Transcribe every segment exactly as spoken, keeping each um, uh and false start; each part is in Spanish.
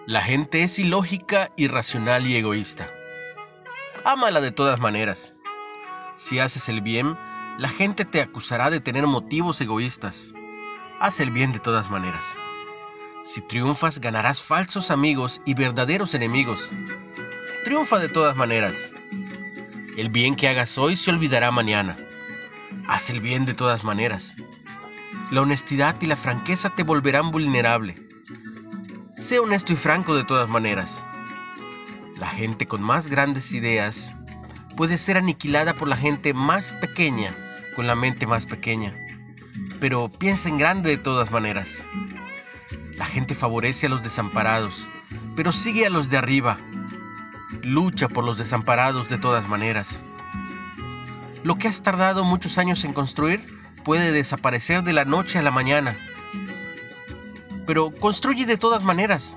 La gente es ilógica, irracional y egoísta. Ámala de todas maneras. Si haces el bien, la gente te acusará de tener motivos egoístas. Haz el bien de todas maneras. Si triunfas, ganarás falsos amigos y verdaderos enemigos. Triunfa de todas maneras. El bien que hagas hoy se olvidará mañana. Haz el bien de todas maneras. La honestidad y la franqueza te volverán vulnerable. Sé honesto y franco de todas maneras. La gente con más grandes ideas puede ser aniquilada por la gente más pequeña, con la mente más pequeña. Pero piensa en grande de todas maneras. La gente favorece a los desamparados, pero sigue a los de arriba. Lucha por los desamparados de todas maneras. Lo que has tardado muchos años en construir puede desaparecer de la noche a la mañana. Pero construye de todas maneras.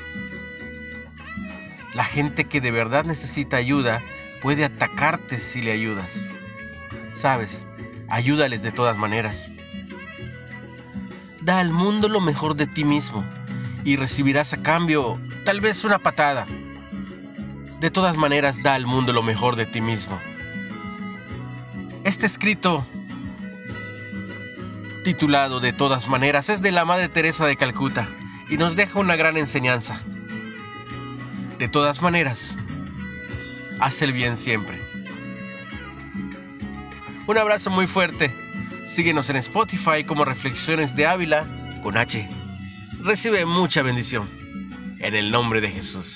La gente que de verdad necesita ayuda puede atacarte si le ayudas. Sabes, ayúdales de todas maneras. Da al mundo lo mejor de ti mismo y recibirás a cambio tal vez una patada. De todas maneras, da al mundo lo mejor de ti mismo. Este escrito, titulado De todas maneras, es de la Madre Teresa de Calcuta y nos deja una gran enseñanza. De todas maneras, haz el bien siempre. Un abrazo muy fuerte. Síguenos en Spotify como Reflexiones de Ávila con H. Recibe mucha bendición. En el nombre de Jesús.